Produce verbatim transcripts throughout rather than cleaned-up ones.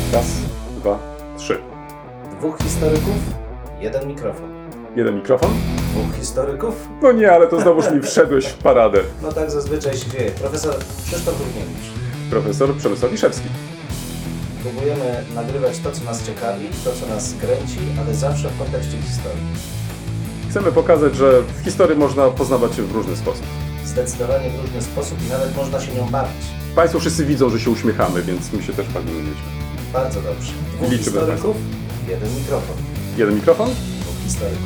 Raz, dwa, trzy. Dwóch historyków, jeden mikrofon. Jeden mikrofon? Dwóch historyków? No nie, ale to znowuż mi wszedłeś w paradę. No tak zazwyczaj się dzieje. Profesor Krzysztof Równiewicz. Profesor Przemysław Wiszewski. Próbujemy nagrywać to, co nas ciekawi, to, co nas kręci, ale zawsze w kontekście historii. Chcemy pokazać, że w historii można poznawać się w różny sposób. Zdecydowanie w różny sposób i nawet można się nią bawić. Państwo wszyscy widzą, że się uśmiechamy, więc my się też bawimy dziećmi. Bardzo dobrze. Dwóch Liczymy historyków, jeden mikrofon. Jeden mikrofon? Dwóch historyków.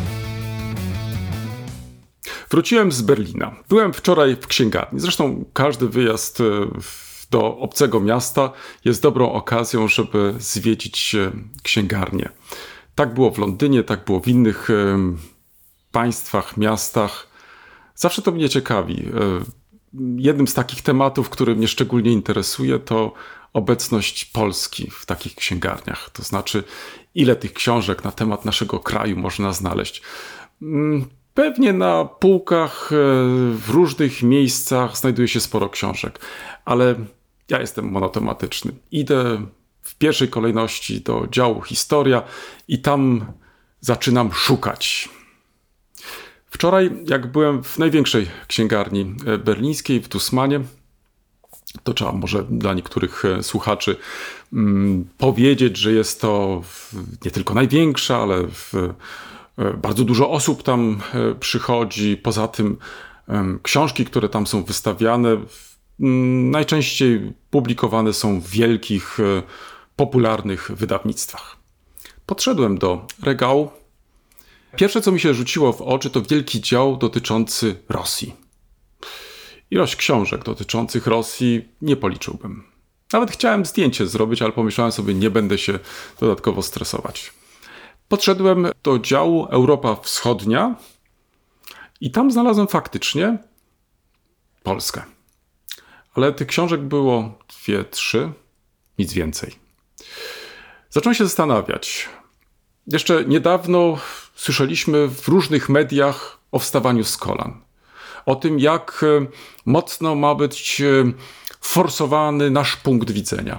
Wróciłem z Berlina. Byłem wczoraj w księgarni. Zresztą każdy wyjazd do obcego miasta jest dobrą okazją, żeby zwiedzić księgarnię. Tak było w Londynie, tak było w innych państwach, miastach. Zawsze to mnie ciekawi. Jednym z takich tematów, który mnie szczególnie interesuje, to obecność Polski w takich księgarniach. To znaczy, ile tych książek na temat naszego kraju można znaleźć. Pewnie na półkach w różnych miejscach znajduje się sporo książek, ale ja jestem monotematyczny. Idę w pierwszej kolejności do działu historia i tam zaczynam szukać. Wczoraj, jak byłem w największej księgarni berlińskiej, w Dussmanie, to trzeba może dla niektórych słuchaczy um, powiedzieć, że jest to nie tylko największa, ale w, bardzo dużo osób tam przychodzi. Poza tym um, książki, które tam są wystawiane, um, najczęściej publikowane są w wielkich, popularnych wydawnictwach. Podszedłem do regału. Pierwsze, co mi się rzuciło w oczy, to wielki dział dotyczący Rosji. Ilość książek dotyczących Rosji nie policzyłbym. Nawet chciałem zdjęcie zrobić, ale pomyślałem sobie, nie będę się dodatkowo stresować. Podszedłem do działu Europa Wschodnia i tam znalazłem faktycznie Polskę. Ale tych książek było dwie, trzy, nic więcej. Zacząłem się zastanawiać. Jeszcze niedawno słyszeliśmy w różnych mediach o wstawaniu z kolan. O tym, jak mocno ma być forsowany nasz punkt widzenia.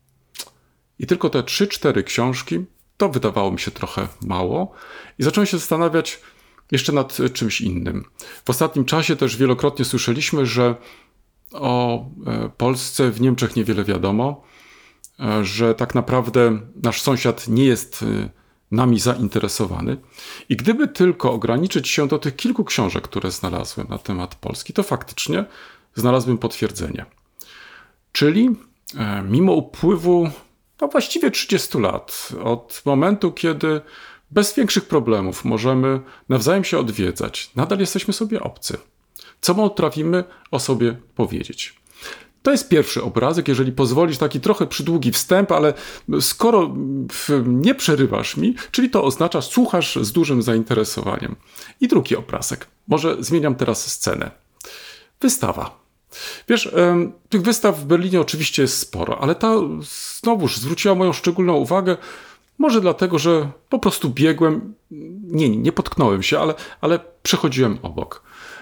I tylko te trzy, cztery książki, to wydawało mi się trochę mało. I zacząłem się zastanawiać jeszcze nad czymś innym. W ostatnim czasie też wielokrotnie słyszeliśmy, że o Polsce w Niemczech niewiele wiadomo, że tak naprawdę nasz sąsiad nie jest nami zainteresowany. I gdyby tylko ograniczyć się do tych kilku książek, które znalazłem na temat Polski, to faktycznie znalazłem potwierdzenie. Czyli e, mimo upływu no właściwie trzydziestu lat, od momentu, kiedy bez większych problemów możemy nawzajem się odwiedzać, nadal jesteśmy sobie obcy. Co potrafimy o sobie powiedzieć? To jest pierwszy obrazek, jeżeli pozwolisz, taki trochę przydługi wstęp, ale skoro nie przerywasz mi, czyli to oznacza, słuchasz z dużym zainteresowaniem. I drugi obrazek. Może zmieniam teraz scenę. Wystawa. Wiesz, tych wystaw w Berlinie oczywiście jest sporo, ale ta znowuż zwróciła moją szczególną uwagę, może dlatego, że po prostu biegłem, nie, nie potknąłem się, ale, ale przechodziłem obok.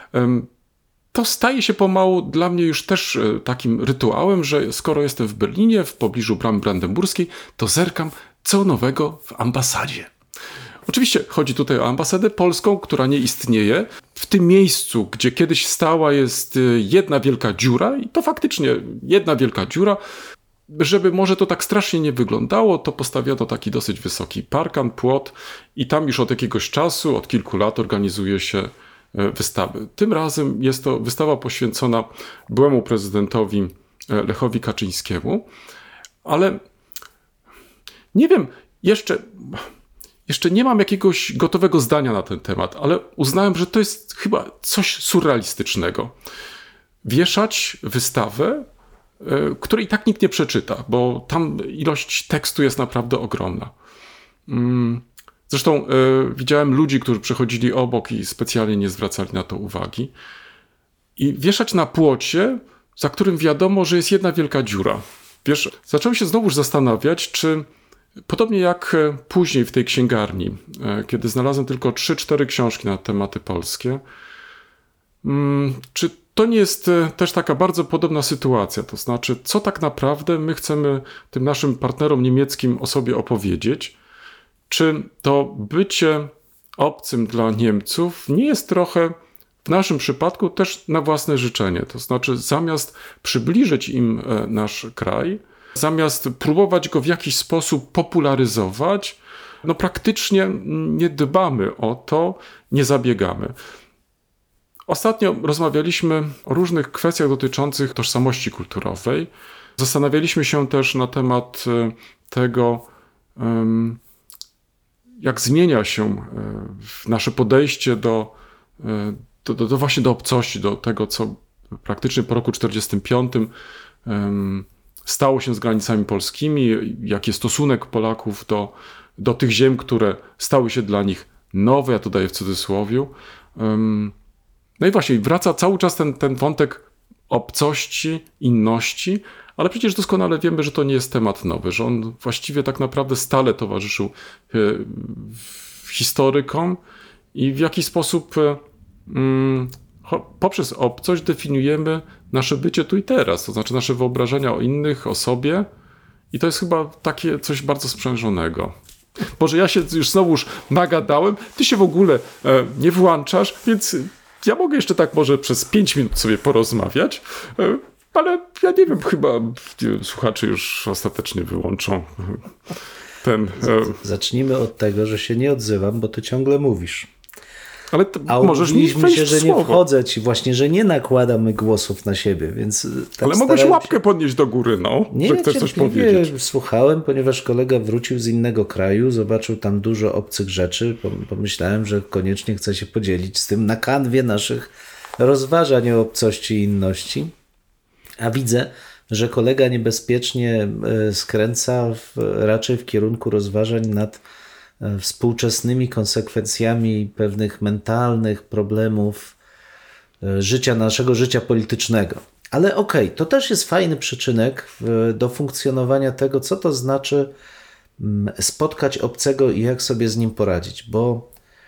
To staje się pomału dla mnie już też takim rytuałem, że skoro jestem w Berlinie, w pobliżu bramy brandenburskiej, to zerkam, co nowego w ambasadzie. Oczywiście chodzi tutaj o ambasadę polską, która nie istnieje. W tym miejscu, gdzie kiedyś stała, jest jedna wielka dziura i to faktycznie jedna wielka dziura. Żeby może to tak strasznie nie wyglądało, to postawiono taki dosyć wysoki parkan, płot i tam już od jakiegoś czasu, od kilku lat organizuje się wystawy. Tym razem jest to wystawa poświęcona byłemu prezydentowi Lechowi Kaczyńskiemu, ale nie wiem, jeszcze, jeszcze nie mam jakiegoś gotowego zdania na ten temat, ale uznałem, że to jest chyba coś surrealistycznego. Wieszać wystawę, której i tak nikt nie przeczyta, bo tam ilość tekstu jest naprawdę ogromna. Zresztą y, widziałem ludzi, którzy przechodzili obok i specjalnie nie zwracali na to uwagi. I wieszać na płocie, za którym wiadomo, że jest jedna wielka dziura. Wiesz, zacząłem się znowuż zastanawiać, czy podobnie jak później w tej księgarni, y, kiedy znalazłem tylko trzy, cztery książki na tematy polskie, y, czy to nie jest e, też taka bardzo podobna sytuacja. To znaczy, co tak naprawdę my chcemy tym naszym partnerom niemieckim o sobie opowiedzieć? Czy to bycie obcym dla Niemców nie jest trochę w naszym przypadku też na własne życzenie? To znaczy, zamiast przybliżyć im e, nasz kraj, zamiast próbować go w jakiś sposób popularyzować, no praktycznie nie dbamy o to, nie zabiegamy. Ostatnio rozmawialiśmy o różnych kwestiach dotyczących tożsamości kulturowej. Zastanawialiśmy się też na temat tego, jak zmienia się nasze podejście do, do, do, do właśnie do obcości, do tego, co praktycznie po roku czterdziestym piątym stało się z granicami polskimi, jaki jest stosunek Polaków do, do tych ziem, które stały się dla nich nowe, ja to daję w cudzysłowie. No i właśnie wraca cały czas ten, ten wątek obcości, inności, ale przecież doskonale wiemy, że to nie jest temat nowy, że on właściwie tak naprawdę stale towarzyszył historykom i w jakiś sposób poprzez obcość definiujemy nasze bycie tu i teraz, to znaczy nasze wyobrażenia o innych, o sobie i to jest chyba takie coś bardzo sprzężonego. Boże, ja się już znowuż nagadałem, ty się w ogóle e, nie włączasz, więc ja mogę jeszcze tak może przez pięć minut sobie porozmawiać, e, ale ja nie wiem, chyba nie, słuchacze już ostatecznie wyłączą ten... E, Zacznijmy od tego, że się nie odzywam, bo ty ciągle mówisz. Ale to A możesz mi umówiliśmy wejść się, w że słowo. nie wchodzę ci, właśnie, że nie nakładamy głosów na siebie, więc tak Ale mogłeś starałem łapkę się... podnieść do góry, no, nie, że chcesz coś cierpliwie powiedzieć. Słuchałem, ponieważ kolega wrócił z innego kraju, zobaczył tam dużo obcych rzeczy, pomyślałem, że koniecznie chce się podzielić z tym na kanwie naszych rozważań o obcości i inności, a widzę, że kolega niebezpiecznie skręca w, raczej w kierunku rozważań nad współczesnymi konsekwencjami pewnych mentalnych problemów życia, naszego życia politycznego. Ale okej, okay, to też jest fajny przyczynek do funkcjonowania tego, co to znaczy spotkać obcego i jak sobie z nim poradzić, bo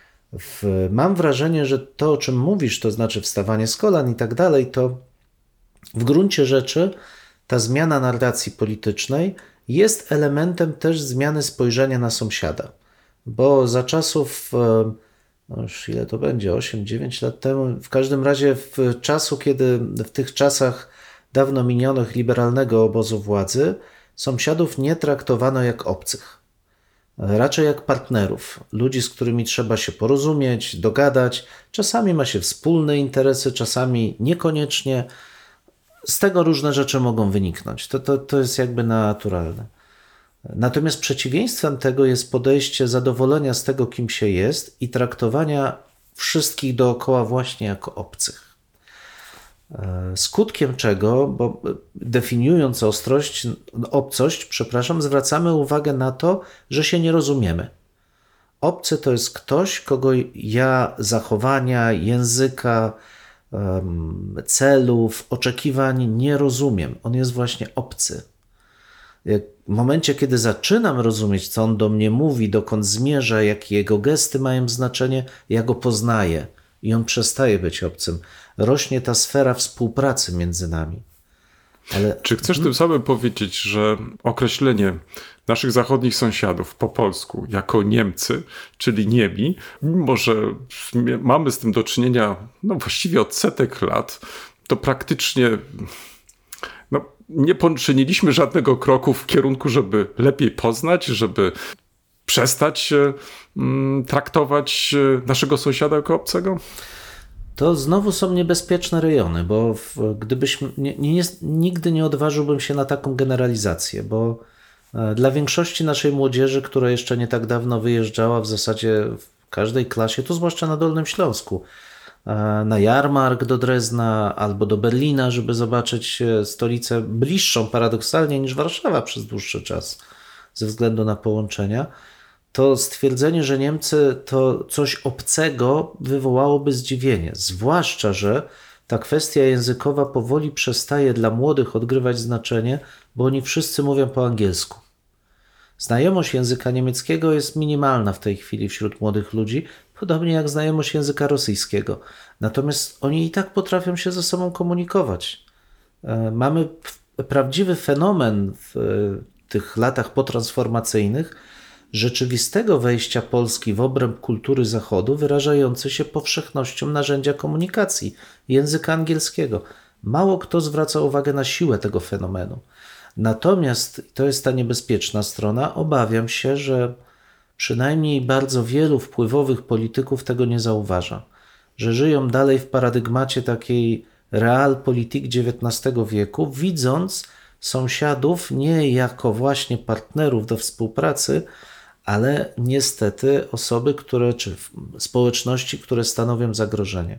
w, mam wrażenie, że to, o czym mówisz, to znaczy wstawanie z kolan i tak dalej, to w gruncie rzeczy ta zmiana narracji politycznej jest elementem też zmiany spojrzenia na sąsiada. Bo za czasów, no już ile to będzie, osiem dziewięć lat temu, w każdym razie w czasu, kiedy w tych czasach dawno minionych liberalnego obozu władzy, sąsiadów nie traktowano jak obcych. Raczej jak partnerów, ludzi, z którymi trzeba się porozumieć, dogadać. Czasami ma się wspólne interesy, czasami niekoniecznie. Z tego różne rzeczy mogą wyniknąć. To, to, to jest jakby naturalne. Natomiast przeciwieństwem tego jest podejście zadowolenia z tego, kim się jest i traktowania wszystkich dookoła właśnie jako obcych. Skutkiem czego, bo definiując ostrość, obcość, przepraszam, zwracamy uwagę na to, że się nie rozumiemy. Obcy to jest ktoś, kogo ja zachowania, języka, celów, oczekiwań nie rozumiem. On jest właśnie obcy. W momencie, kiedy zaczynam rozumieć, co on do mnie mówi, dokąd zmierza, jakie jego gesty mają znaczenie, ja go poznaję i on przestaje być obcym. Rośnie ta sfera współpracy między nami. Ale... Czy chcesz tym samym powiedzieć, że określenie naszych zachodnich sąsiadów po polsku jako Niemcy, czyli Niemi, mimo że mamy z tym do czynienia no właściwie od setek lat, to praktycznie no, nie poczyniliśmy żadnego kroku w kierunku, żeby lepiej poznać, żeby przestać mm, traktować naszego sąsiada jako obcego? To znowu są niebezpieczne rejony, bo w, gdybyśmy, nie, nie, nigdy nie odważyłbym się na taką generalizację, bo dla większości naszej młodzieży, która jeszcze nie tak dawno wyjeżdżała w zasadzie w każdej klasie, to zwłaszcza na Dolnym Śląsku, na jarmark do Drezna albo do Berlina, żeby zobaczyć stolicę bliższą paradoksalnie niż Warszawa przez dłuższy czas ze względu na połączenia, to stwierdzenie, że Niemcy to coś obcego wywołałoby zdziwienie. Zwłaszcza, że ta kwestia językowa powoli przestaje dla młodych odgrywać znaczenie, bo oni wszyscy mówią po angielsku. Znajomość języka niemieckiego jest minimalna w tej chwili wśród młodych ludzi, podobnie jak znajomość języka rosyjskiego. Natomiast oni i tak potrafią się ze sobą komunikować. Mamy prawdziwy fenomen w tych latach potransformacyjnych rzeczywistego wejścia Polski w obręb kultury Zachodu, wyrażający się powszechnością narzędzia komunikacji, języka angielskiego. Mało kto zwraca uwagę na siłę tego fenomenu. Natomiast, to jest ta niebezpieczna strona, obawiam się, że przynajmniej bardzo wielu wpływowych polityków tego nie zauważa. Że żyją dalej w paradygmacie takiej realpolitik dziewiętnastego wieku, widząc sąsiadów nie jako właśnie partnerów do współpracy, ale niestety osoby, które, czy społeczności, które stanowią zagrożenie.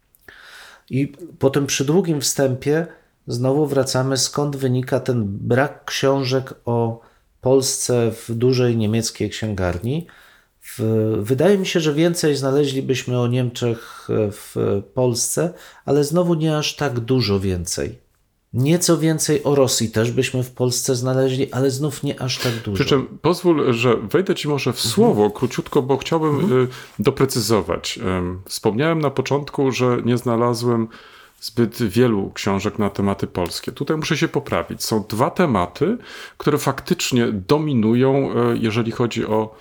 I potem przy długim wstępie znowu wracamy, skąd wynika ten brak książek o Polsce w dużej niemieckiej księgarni. W, wydaje mi się, że więcej znaleźlibyśmy o Niemczech w Polsce, ale znowu nie aż tak dużo więcej. Nieco więcej o Rosji też byśmy w Polsce znaleźli, ale znów nie aż tak dużo. Przy czym pozwól, że wejdę ci może w słowo mhm. króciutko, bo chciałbym mhm. doprecyzować. Wspomniałem na początku, że nie znalazłem zbyt wielu książek na tematy polskie. Tutaj muszę się poprawić. Są dwa tematy, które faktycznie dominują, jeżeli chodzi o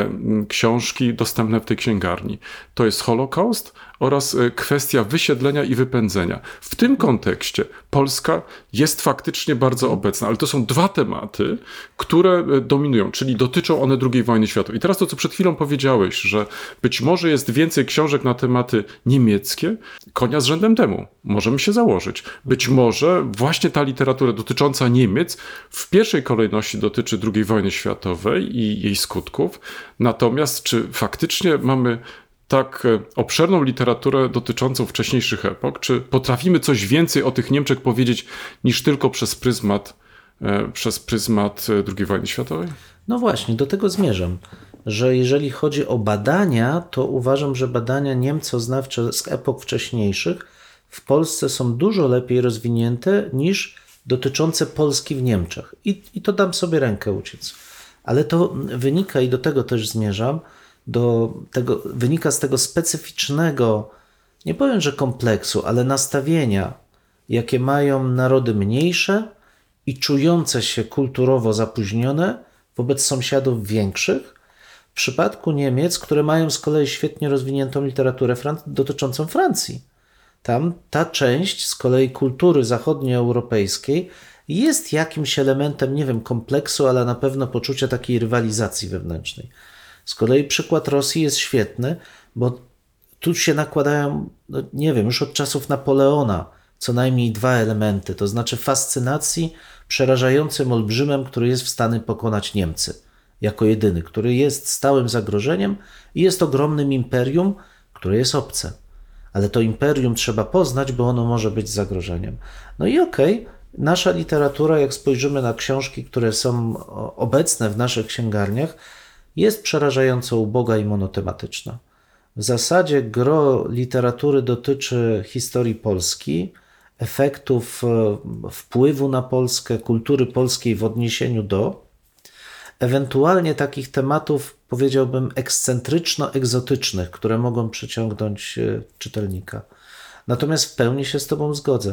książki dostępne w tej księgarni. To jest Holokaust oraz kwestia wysiedlenia i wypędzenia. W tym kontekście Polska jest faktycznie bardzo obecna, ale to są dwa tematy, które dominują, czyli dotyczą one drugiej wojny światowej. I teraz to, co przed chwilą powiedziałeś, że być może jest więcej książek na tematy niemieckie, konia z rzędem temu. Możemy się założyć. Być może właśnie ta literatura dotycząca Niemiec w pierwszej kolejności dotyczy drugiej wojny światowej i jej skutków. Natomiast czy faktycznie mamy tak obszerną literaturę dotyczącą wcześniejszych epok? Czy potrafimy coś więcej o tych Niemczech powiedzieć niż tylko przez pryzmat, przez pryzmat drugiej wojny światowej? No właśnie, do tego zmierzam, że jeżeli chodzi o badania, to uważam, że badania niemcoznawcze z epok wcześniejszych w Polsce są dużo lepiej rozwinięte niż dotyczące Polski w Niemczech. I, i to dam sobie rękę uciec. Ale to wynika, i do tego też zmierzam, do tego, wynika z tego specyficznego, nie powiem, że kompleksu, ale nastawienia, jakie mają narody mniejsze i czujące się kulturowo zapóźnione wobec sąsiadów większych. W przypadku Niemiec, które mają z kolei świetnie rozwiniętą literaturę fran- dotyczącą Francji. Tam ta część z kolei kultury zachodnioeuropejskiej jest jakimś elementem, nie wiem, kompleksu, ale na pewno poczucia takiej rywalizacji wewnętrznej. Z kolei przykład Rosji jest świetny, bo tu się nakładają, no nie wiem, już od czasów Napoleona co najmniej dwa elementy, to znaczy fascynacji przerażającym olbrzymem, który jest w stanie pokonać Niemcy jako jedyny, który jest stałym zagrożeniem i jest ogromnym imperium, które jest obce. Ale to imperium trzeba poznać, bo ono może być zagrożeniem. No i okej, okay, nasza literatura, jak spojrzymy na książki, które są obecne w naszych księgarniach, jest przerażająco uboga i monotematyczna. W zasadzie gro literatury dotyczy historii Polski, efektów wpływu na Polskę, kultury polskiej w odniesieniu do, ewentualnie takich tematów, powiedziałbym, ekscentryczno-egzotycznych, które mogą przyciągnąć czytelnika. Natomiast w pełni się z Tobą zgodzę.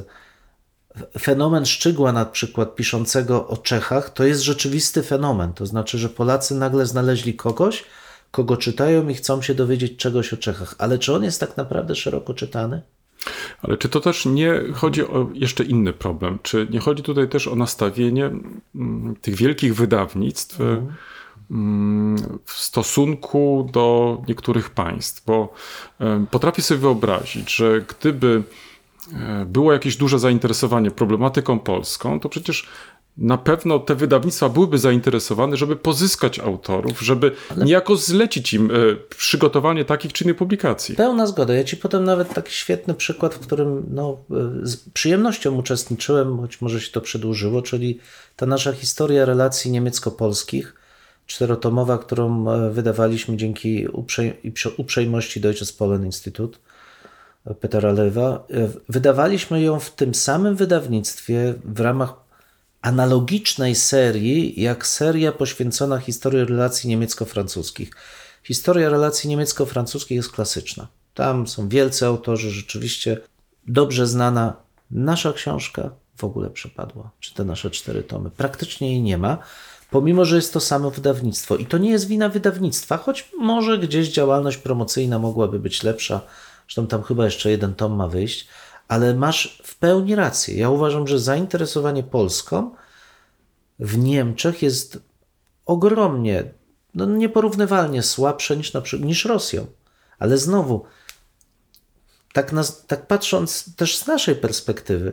Fenomen Szczygła na przykład piszącego o Czechach to jest rzeczywisty fenomen. To znaczy, że Polacy nagle znaleźli kogoś, kogo czytają i chcą się dowiedzieć czegoś o Czechach. Ale czy on jest tak naprawdę szeroko czytany? Ale czy to też nie chodzi o jeszcze inny problem? Czy nie chodzi tutaj też o nastawienie mm, tych wielkich wydawnictw mm. mm, w stosunku do niektórych państw? Bo y, potrafię sobie wyobrazić, że gdyby było jakieś duże zainteresowanie problematyką polską, to przecież na pewno te wydawnictwa byłyby zainteresowane, żeby pozyskać autorów, żeby Ale... niejako zlecić im przygotowanie takich czy innych publikacji. Pełna zgoda. Ja ci potem nawet taki świetny przykład, w którym no, z przyjemnością uczestniczyłem, choć może się to przedłużyło, czyli ta nasza historia relacji niemiecko-polskich, czterotomowa, którą wydawaliśmy dzięki uprzej- uprzejmości Deutsches Pollen Institut Petera Lewa. Wydawaliśmy ją w tym samym wydawnictwie w ramach analogicznej serii, jak seria poświęcona historii relacji niemiecko-francuskich. historia relacji niemiecko-francuskich jest klasyczna. Tam są wielcy autorzy, rzeczywiście dobrze znana. Nasza książka w ogóle przepadła, czy te nasze cztery tomy. Praktycznie jej nie ma, pomimo że jest to samo wydawnictwo. I to nie jest wina wydawnictwa, choć może gdzieś działalność promocyjna mogłaby być lepsza. Zresztą tam chyba jeszcze jeden tom ma wyjść, ale masz w pełni rację. Ja uważam, że zainteresowanie Polską w Niemczech jest ogromnie, no nieporównywalnie słabsze niż, na przykład, niż Rosją. Ale znowu, tak, nas, tak patrząc też z naszej perspektywy,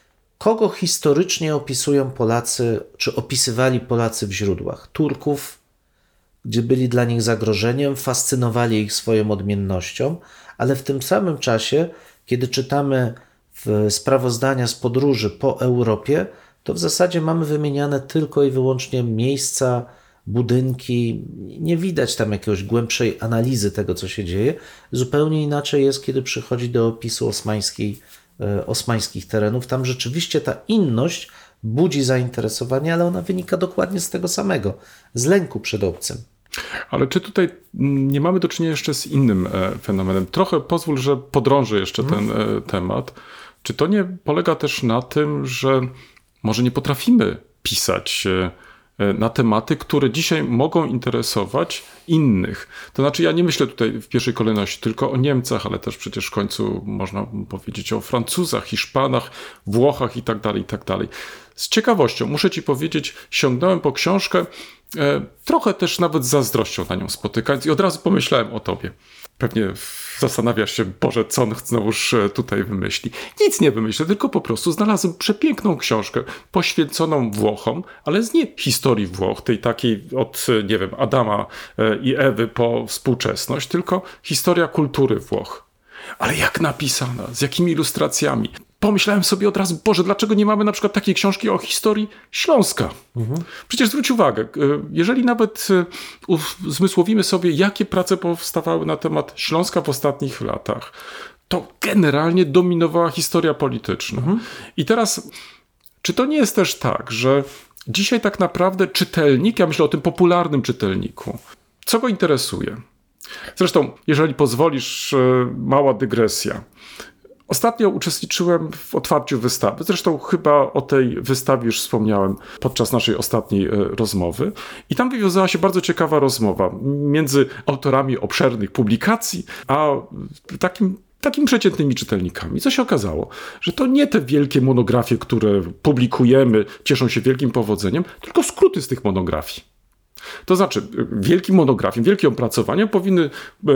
kogo historycznie opisują Polacy, czy opisywali Polacy w źródłach? Turków, gdzie byli dla nich zagrożeniem, fascynowali ich swoją odmiennością, ale w tym samym czasie, kiedy czytamy w sprawozdania z podróży po Europie, to w zasadzie mamy wymieniane tylko i wyłącznie miejsca, budynki. Nie widać tam jakiegoś głębszej analizy tego, co się dzieje. Zupełnie inaczej jest, kiedy przychodzi do opisu osmańskiej, e, osmańskich terenów. Tam rzeczywiście ta inność budzi zainteresowanie, ale ona wynika dokładnie z tego samego, z lęku przed obcym. Ale czy tutaj nie mamy do czynienia jeszcze z innym e, fenomenem? Trochę pozwól, że podrążę jeszcze ten e, temat. Czy to nie polega też na tym, że może nie potrafimy pisać e, na tematy, które dzisiaj mogą interesować innych. To znaczy ja nie myślę tutaj w pierwszej kolejności tylko o Niemcach, ale też przecież w końcu można powiedzieć o Francuzach, Hiszpanach, Włochach i tak dalej, i tak dalej. Z ciekawością, muszę ci powiedzieć, sięgnąłem po książkę, e, trochę też nawet z zazdrością na nią spotykając i od razu pomyślałem o tobie. Pewnie zastanawiasz się, Boże, co on znowuż tutaj wymyśli. Nic nie wymyślę, tylko po prostu znalazłem przepiękną książkę poświęconą Włochom, ale z nie historii Włoch, tej takiej od, nie wiem, Adama i Ewy po współczesność, tylko historia kultury Włoch. Ale jak napisana, z jakimi ilustracjami. Pomyślałem sobie od razu, Boże, dlaczego nie mamy na przykład takiej książki o historii Śląska? Mhm. Przecież zwróć uwagę, jeżeli nawet zmysłowimy sobie, jakie prace powstawały na temat Śląska w ostatnich latach, to generalnie dominowała historia polityczna. Mhm. I teraz, czy to nie jest też tak, że dzisiaj tak naprawdę czytelnik, ja myślę o tym popularnym czytelniku, co go interesuje? Zresztą, jeżeli pozwolisz, mała dygresja. Ostatnio uczestniczyłem w otwarciu wystawy. Zresztą chyba o tej wystawie już wspomniałem podczas naszej ostatniej rozmowy. I tam wywiązała się bardzo ciekawa rozmowa między autorami obszernych publikacji, a takim takimi przeciętnymi czytelnikami. Co się okazało? Że to nie te wielkie monografie, które publikujemy, cieszą się wielkim powodzeniem, tylko skróty z tych monografii. To znaczy, wielkim monografiom, wielkim opracowaniom powinny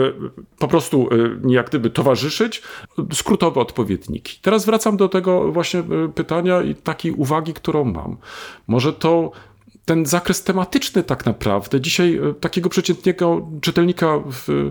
po prostu jak gdyby towarzyszyć skrótowe odpowiedniki. Teraz wracam do tego właśnie pytania i takiej uwagi, którą mam. Może to ten zakres tematyczny tak naprawdę dzisiaj takiego przeciętnego czytelnika w,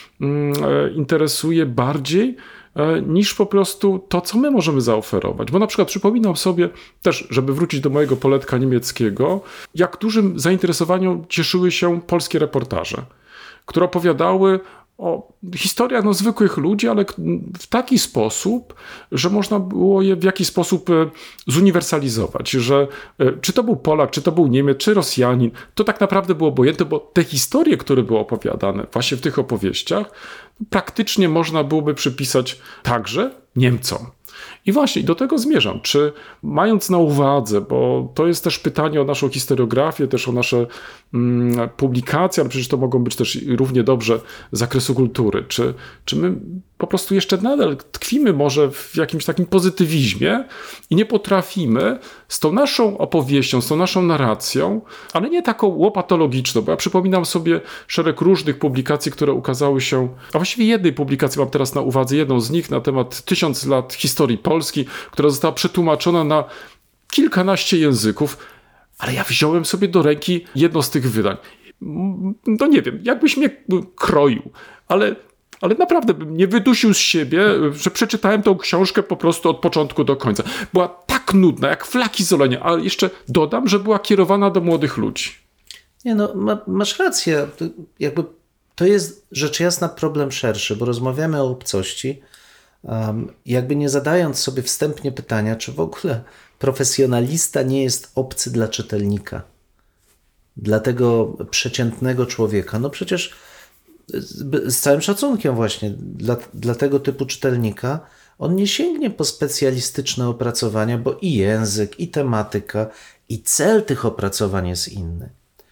interesuje bardziej niż po prostu to, co my możemy zaoferować. Bo na przykład przypominam sobie też, żeby wrócić do mojego poletka niemieckiego, jak dużym zainteresowaniem cieszyły się polskie reportaże, które opowiadały o historiach no, zwykłych ludzi, ale w taki sposób, że można było je w jakiś sposób zuniwersalizować, że czy to był Polak, czy to był Niemiec, czy Rosjanin, to tak naprawdę było obojętne, bo te historie, które były opowiadane właśnie w tych opowieściach, praktycznie można byłoby przypisać także Niemcom. I właśnie do tego zmierzam. Czy mając na uwadze, bo to jest też pytanie o naszą historiografię, też o nasze mm, publikacje, ale przecież to mogą być też równie dobrze z zakresu kultury. Czy, czy my po prostu jeszcze nadal tkwimy może w jakimś takim pozytywizmie i nie potrafimy z tą naszą opowieścią, z tą naszą narracją, ale nie taką łopatologiczną, bo ja przypominam sobie szereg różnych publikacji, które ukazały się, a właściwie jednej publikacji mam teraz na uwadze, jedną z nich na temat tysiąc lat historii Polski, która została przetłumaczona na kilkanaście języków, ale ja wziąłem sobie do ręki jedno z tych wydań. No nie wiem, jakbyś mnie kroił, ale Ale naprawdę bym nie wydusił z siebie, że przeczytałem tą książkę po prostu od początku do końca. Była tak nudna, jak flaki z olenia, ale jeszcze dodam, że była kierowana do młodych ludzi. Nie no, ma, masz rację. Jakby to jest rzecz jasna problem szerszy, bo rozmawiamy o obcości, um, jakby nie zadając sobie wstępnie pytania, czy w ogóle profesjonalista nie jest obcy dla czytelnika, dla tego przeciętnego człowieka. No przecież z, z całym szacunkiem właśnie dla, dla tego typu czytelnika, on nie sięgnie po specjalistyczne opracowania, bo i język, i tematyka, i cel tych opracowań jest inny.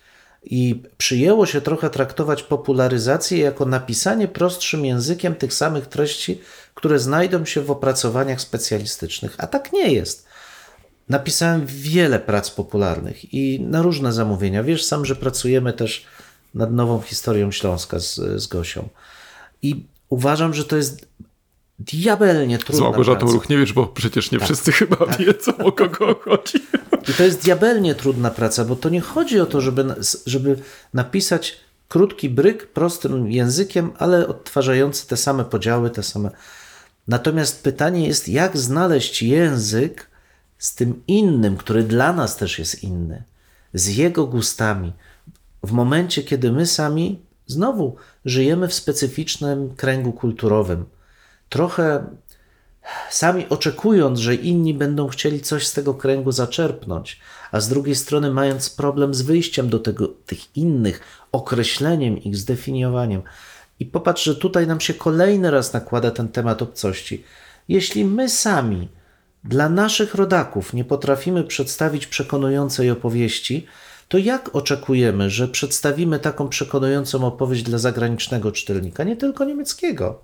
I przyjęło się trochę traktować popularyzację jako napisanie prostszym językiem tych samych treści, które znajdą się w opracowaniach specjalistycznych. A tak nie jest. Napisałem wiele prac popularnych i na różne zamówienia. Wiesz sam, że pracujemy też nad nową historią Śląska z, z Gosią. I uważam, że to jest diabelnie trudna Z Małgorzatą praca. Ruchniewicz, bo przecież nie Tak, wszyscy chyba tak. wiedzą, o kogo chodzi. I to jest diabelnie trudna praca, bo to nie chodzi o to, żeby, żeby napisać krótki bryk prostym językiem, ale odtwarzający te same podziały, te same. Natomiast pytanie jest, jak znaleźć język z tym innym, który dla nas też jest inny, z jego gustami, w momencie, kiedy my sami znowu żyjemy w specyficznym kręgu kulturowym. Trochę sami oczekując, że inni będą chcieli coś z tego kręgu zaczerpnąć, a z drugiej strony mając problem z wyjściem do tego, tych innych, określeniem ich, zdefiniowaniem. I popatrz, że tutaj nam się kolejny raz nakłada ten temat obcości. Jeśli my sami dla naszych rodaków nie potrafimy przedstawić przekonującej opowieści, to jak oczekujemy, że przedstawimy taką przekonującą opowieść dla zagranicznego czytelnika, nie tylko niemieckiego?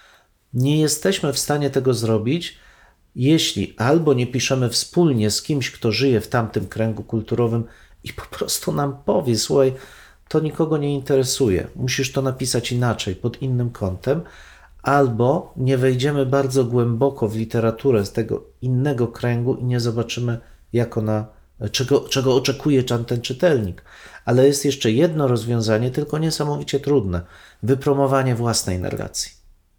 Nie jesteśmy w stanie tego zrobić, jeśli albo nie piszemy wspólnie z kimś, kto żyje w tamtym kręgu kulturowym i po prostu nam powie, słuchaj, to nikogo nie interesuje, musisz to napisać inaczej, pod innym kątem, albo nie wejdziemy bardzo głęboko w literaturę z tego innego kręgu i nie zobaczymy, jak ona, czego, czego oczekuje ten czytelnik. Ale jest jeszcze jedno rozwiązanie, tylko niesamowicie trudne. Wypromowanie własnej narracji.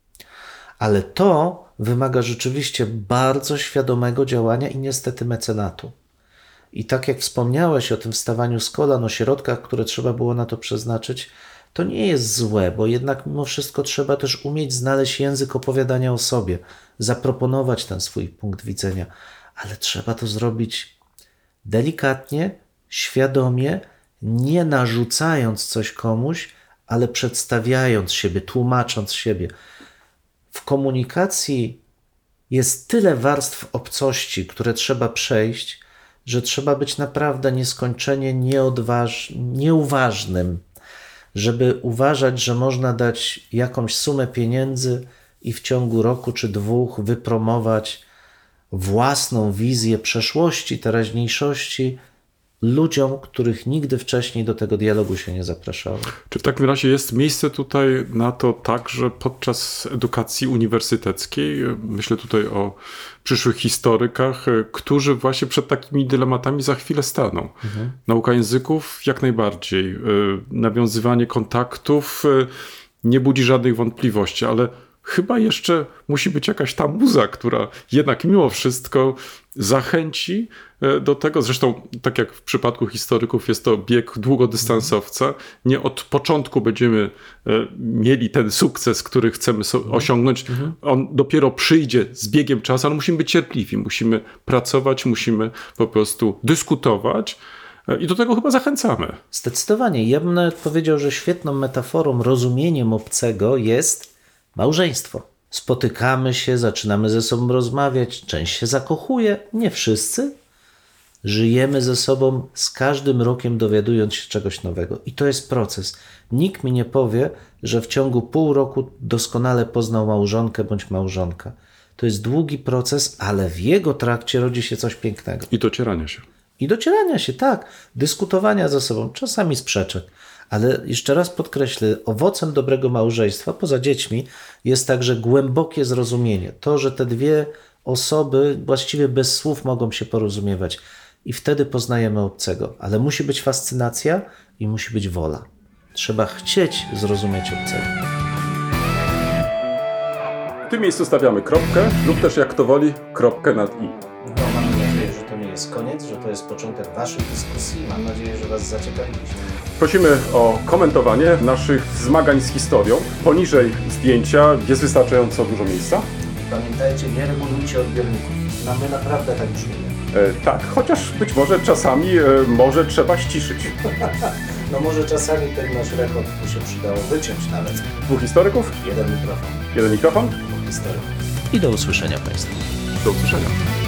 Ale to wymaga rzeczywiście bardzo świadomego działania i niestety mecenatu. I tak jak wspomniałeś o tym wstawaniu z kolan, o środkach, które trzeba było na to przeznaczyć, to nie jest złe, bo jednak mimo wszystko trzeba też umieć znaleźć język opowiadania o sobie, zaproponować ten swój punkt widzenia, ale trzeba to zrobić delikatnie, świadomie, nie narzucając coś komuś, ale przedstawiając siebie, tłumacząc siebie. W komunikacji jest tyle warstw obcości, które trzeba przejść, że trzeba być naprawdę nieskończenie nieodważ... nieuważnym, żeby uważać, że można dać jakąś sumę pieniędzy i w ciągu roku czy dwóch wypromować własną wizję przeszłości, teraźniejszości ludziom, których nigdy wcześniej do tego dialogu się nie zapraszało. Czy w takim razie jest miejsce tutaj na to także podczas edukacji uniwersyteckiej? Myślę tutaj o przyszłych historykach, którzy właśnie przed takimi dylematami za chwilę staną. Mhm. Nauka języków jak najbardziej. Nawiązywanie kontaktów nie budzi żadnych wątpliwości, ale chyba jeszcze musi być jakaś ta muza, która jednak mimo wszystko zachęci do tego. Zresztą, tak jak w przypadku historyków, jest to bieg długodystansowca. Nie od początku będziemy mieli ten sukces, który chcemy osiągnąć. On dopiero przyjdzie z biegiem czasu, ale musimy być cierpliwi, musimy pracować, musimy po prostu dyskutować. I do tego chyba zachęcamy. Zdecydowanie. Ja bym nawet powiedział, że świetną metaforą, rozumieniem obcego jest małżeństwo. Spotykamy się, zaczynamy ze sobą rozmawiać, część się zakochuje, nie wszyscy. Żyjemy ze sobą, z każdym rokiem dowiadując się czegoś nowego. I to jest proces. Nikt mi nie powie, że w ciągu pół roku doskonale poznał małżonkę bądź małżonka. To jest długi proces, ale w jego trakcie rodzi się coś pięknego. I docierania się. I docierania się, tak. Dyskutowania ze sobą, czasami sprzeczek. Ale jeszcze raz podkreślę, owocem dobrego małżeństwa, poza dziećmi, jest także głębokie zrozumienie. To, że te dwie osoby właściwie bez słów mogą się porozumiewać. I wtedy poznajemy obcego. Ale musi być fascynacja i musi być wola. Trzeba chcieć zrozumieć obcego. W tym miejscu stawiamy kropkę lub też, jak to woli, kropkę nad i. No, mam nadzieję, że to nie jest koniec, że to jest początek waszej dyskusji. Mam nadzieję, że was zaciekawiliśmy. Prosimy o komentowanie naszych zmagań z historią. Poniżej zdjęcia jest wystarczająco dużo miejsca. Pamiętajcie, nie regulujcie odbiorników. No my naprawdę tak brzmimy. E, tak, chociaż być może czasami e, może trzeba ściszyć. No może czasami ten nasz rekord by się przydało wyciąć nawet. Dwóch historyków, Jeden mikrofon, jeden mikrofon. dwóch historyków. I do usłyszenia Państwu. Do usłyszenia.